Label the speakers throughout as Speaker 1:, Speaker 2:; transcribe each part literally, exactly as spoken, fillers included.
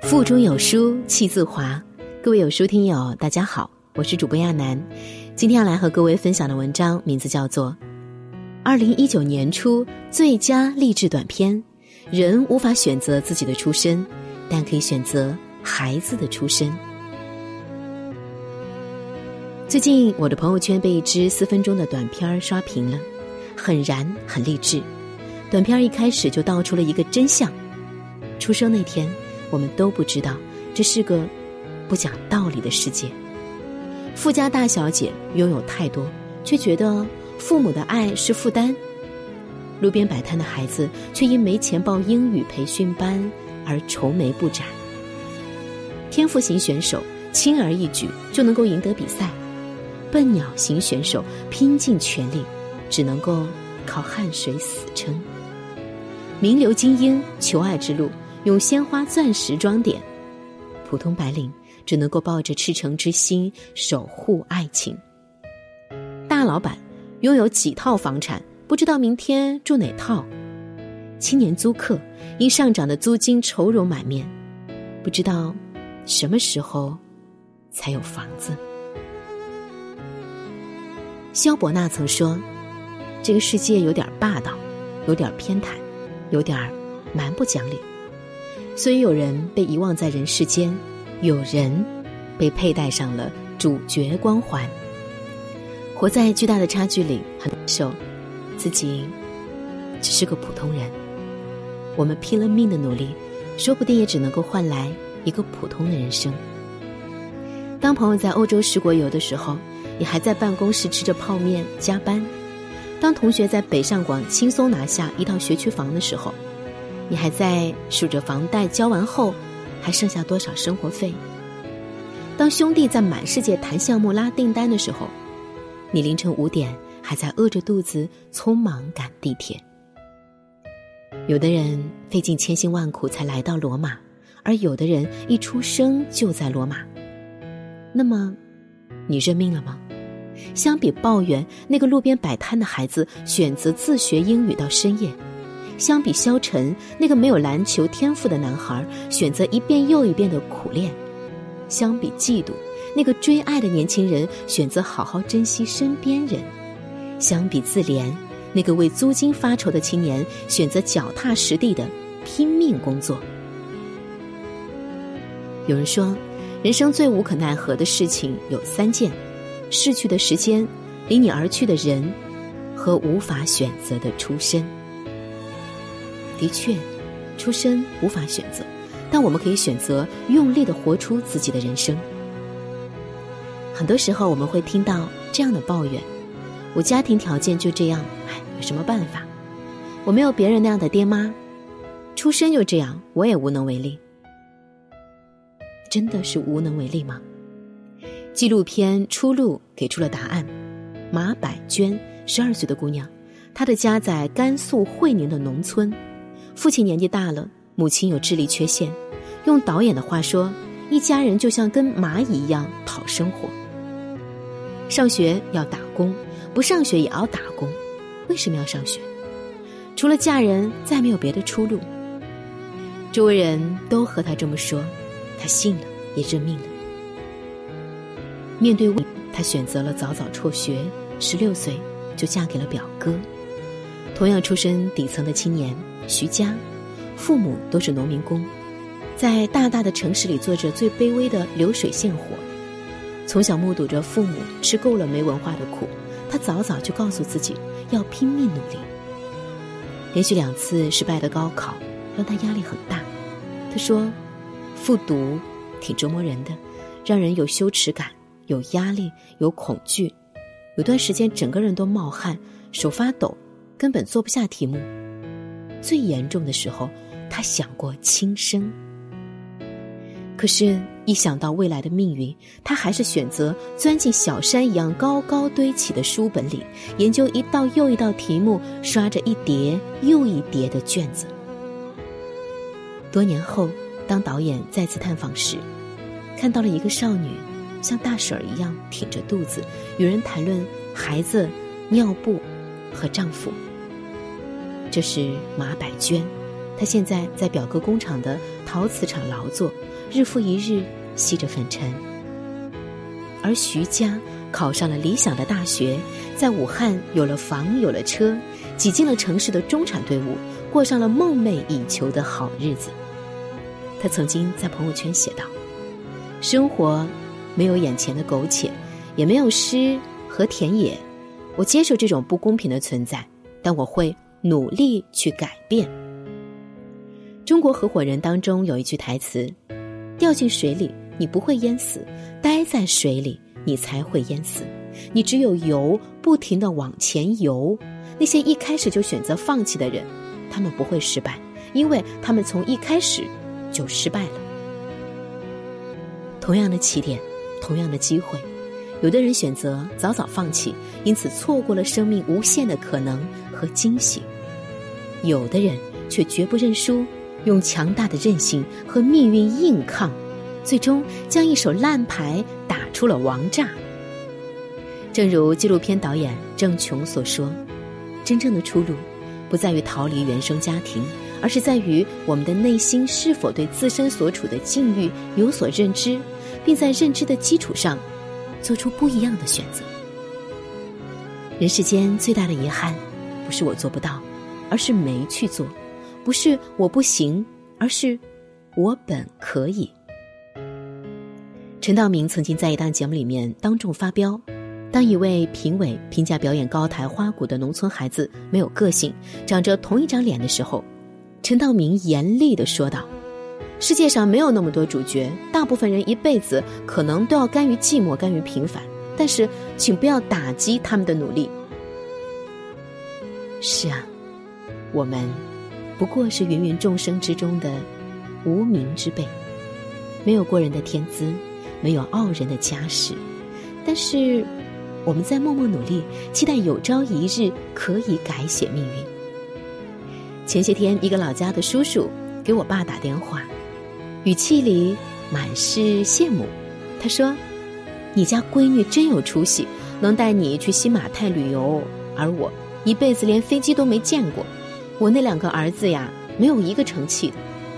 Speaker 1: 腹中有书气自华。各位有书听友大家好，我是主播亚楠。今天要来和各位分享的文章名字叫做二零一九年初最佳励志短篇，人无法选择自己的出身，但可以选择孩子的出身。最近我的朋友圈被一支四分钟的短片刷屏了，很燃很励志。短片一开始就道出了一个真相，出生那天我们都不知道这是个不讲道理的世界。富家大小姐拥有太多，却觉得父母的爱是负担。路边摆摊的孩子却因没钱报英语培训班而愁眉不展。天赋型选手轻而易举就能够赢得比赛，笨鸟型选手拼尽全力只能够靠汗水死撑。名流精英求爱之路用鲜花钻石装点，普通白领只能够抱着赤诚之心守护爱情。大老板拥有几套房产，不知道明天住哪套。青年租客因上涨的租金愁容满面，不知道什么时候才有房子。萧伯纳曾说，这个世界有点霸道，有点偏袒，有点蛮不讲理，所以有人被遗忘在人世间，有人被佩戴上了主角光环。活在巨大的差距里，很难受自己只是个普通人。我们拼了命的努力，说不定也只能够换来一个普通的人生。当朋友在欧洲十国游的时候，你还在办公室吃着泡面加班。当同学在北上广轻松拿下一套学区房的时候，你还在数着房贷交完后还剩下多少生活费。当兄弟在满世界谈项目拉订单的时候，你凌晨五点还在饿着肚子匆忙赶地铁。有的人费尽千辛万苦才来到罗马，而有的人一出生就在罗马。那么你认命了吗？相比抱怨那个路边摆摊的孩子选择自学英语到深夜，相比消沉那个没有篮球天赋的男孩选择一遍又一遍的苦练，相比嫉妒那个追爱的年轻人选择好好珍惜身边人，相比自怜那个为租金发愁的青年选择脚踏实地的拼命工作。有人说，人生最无可奈何的事情有三件：逝去的时间，离你而去的人，和无法选择的出身。的确，出身无法选择，但我们可以选择用力地活出自己的人生。很多时候我们会听到这样的抱怨，我家庭条件就这样，哎，有什么办法？我没有别人那样的爹妈，出身就这样，我也无能为力。真的是无能为力吗？纪录片《出路》给出了答案。马百娟，十二岁的姑娘，她的家在甘肃会宁的农村，父亲年纪大了，母亲有智力缺陷。用导演的话说，一家人就像跟蚂蚁一样讨生活。上学要打工，不上学也要打工。为什么要上学？除了嫁人，再没有别的出路。周围人都和她这么说，她信了，也认命了。面对问题，她选择了早早辍学，十六岁就嫁给了表哥。同样出身底层的青年徐佳，父母都是农民工，在大大的城市里做着最卑微的流水线活。从小目睹着父母吃够了没文化的苦，他早早就告诉自己要拼命努力。连续两次失败的高考让他压力很大，他说复读挺折磨人的，让人有羞耻感，有压力，有恐惧，有段时间整个人都冒汗，手发抖，根本做不下题目。最严重的时候他想过轻生。可是一想到未来的命运，他还是选择钻进小山一样高高堆起的书本里，研究一道又一道题目，刷着一叠又一叠的卷子。多年后，当导演再次探访时，看到了一个少女像大婶儿一样挺着肚子，与人谈论孩子、尿布和丈夫。这是马百娟，她现在在表哥工厂的陶瓷厂劳作， 日复一日吸着粉尘。而徐佳考上了理想的大学，在武汉有了房有了车，挤进了城市的中产队伍，过上了梦寐以求的好日子。他曾经在朋友圈写道，生活没有眼前的苟且，也没有诗和田野，我接受这种不公平的存在，但我会努力去改变。中国合伙人当中有一句台词，掉进水里你不会淹死，待在水里你才会淹死。你只有游，不停地往前游。那些一开始就选择放弃的人，他们不会失败，因为他们从一开始就失败了。同样的起点，同样的机会，有的人选择早早放弃，因此错过了生命无限的可能和惊喜；有的人却绝不认输，用强大的韧性和命运硬抗，最终将一手烂牌打出了王炸。正如纪录片导演郑琼所说，真正的出路不在于逃离原生家庭，而是在于我们的内心是否对自身所处的境遇有所认知，并在认知的基础上做出不一样的选择。人世间最大的遗憾，不是我做不到，而是没去做；不是我不行，而是我本可以。陈道明曾经在一档节目里面当众发飙，当一位评委评价表演高台花鼓的农村孩子没有个性，长着同一张脸的时候，陈道明严厉地说道，世界上没有那么多主角，大部分人一辈子可能都要甘于寂寞，甘于平凡，但是请不要打击他们的努力。是啊，我们不过是芸芸众生之中的无名之辈，没有过人的天资，没有傲人的家世，但是我们在默默努力，期待有朝一日可以改写命运。前些天，一个老家的叔叔给我爸打电话，语气里满是羡慕。他说，你家闺女真有出息，能带你去新马泰旅游，而我一辈子连飞机都没见过，我那两个儿子呀，没有一个成器的。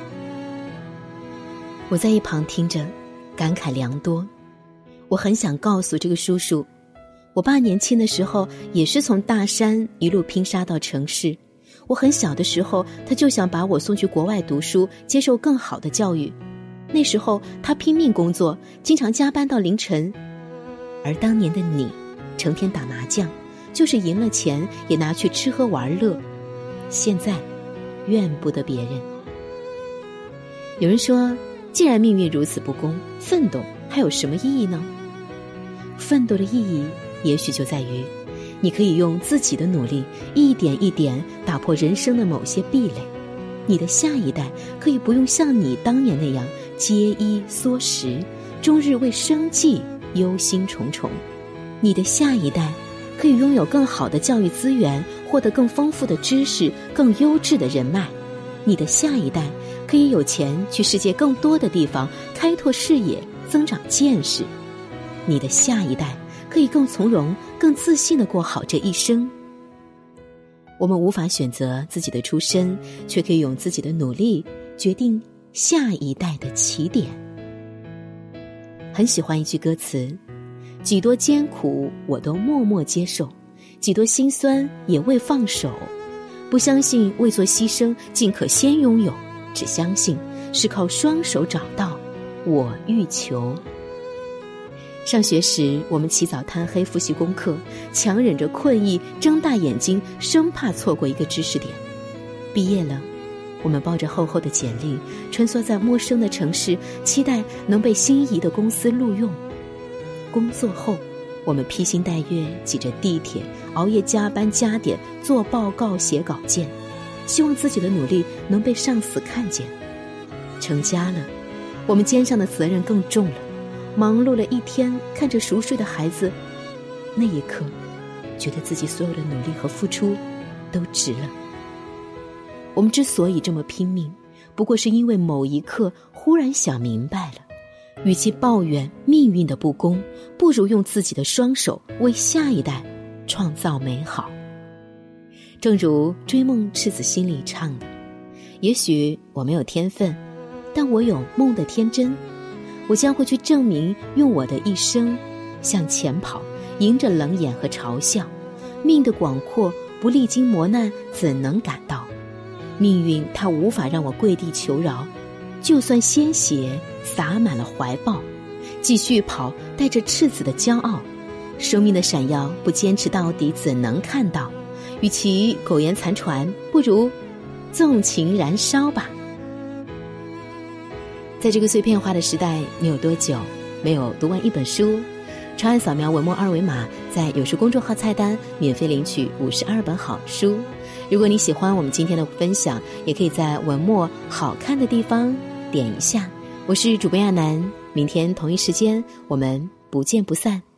Speaker 1: 我在一旁听着感慨良多，我很想告诉这个叔叔，我爸年轻的时候也是从大山一路拼杀到城市，我很小的时候他就想把我送去国外读书，接受更好的教育，那时候他拼命工作，经常加班到凌晨，而当年的你成天打麻将，就是赢了钱也拿去吃喝玩乐，现在怨不得别人。有人说，既然命运如此不公，奋斗还有什么意义呢？奋斗的意义也许就在于，你可以用自己的努力一点一点打破人生的某些壁垒，你的下一代可以不用像你当年那样节衣缩食，终日为生计忧心忡忡，你的下一代可以拥有更好的教育资源，获得更丰富的知识，更优质的人脉，你的下一代可以有钱去世界更多的地方开拓视野，增长见识，你的下一代可以更从容更自信地过好这一生。我们无法选择自己的出身，却可以用自己的努力决定下一代的起点。很喜欢一句歌词，几多艰苦我都默默接受，几多辛酸也未放手，不相信为做牺牲尽可先拥有，只相信是靠双手找到我欲求。上学时，我们起早贪黑复习功课，强忍着困意，睁大眼睛，生怕错过一个知识点。毕业了，我们抱着厚厚的简历，穿梭在陌生的城市，期待能被心仪的公司录用。工作后，我们披星戴月，挤着地铁，熬夜加班加点，做报告写稿件，希望自己的努力能被上司看见。成家了，我们肩上的责任更重了，忙碌了一天，看着熟睡的孩子，那一刻觉得自己所有的努力和付出都值了。我们之所以这么拼命，不过是因为某一刻忽然想明白了，与其抱怨命运的不公，不如用自己的双手为下一代创造美好。正如追梦赤子心里唱的，也许我没有天分， 但我有梦的天真。我将会去证明，用我的一生向前跑，迎着冷眼和嘲笑。命的广阔，不历经磨难怎能感到？命运它无法让我跪地求饶，就算鲜血洒满了怀抱，继续跑，带着赤子的骄傲。生命的闪耀，不坚持到底怎能看到？与其苟延残喘，不如纵情燃烧吧。在这个碎片化的时代，你有多久没有读完一本书？长按扫描文末二维码，在有书公众号菜单免费领取五十二本好书。如果你喜欢我们今天的分享，也可以在文末好看的地方点一下。我是主播亚楠，明天同一时间我们不见不散。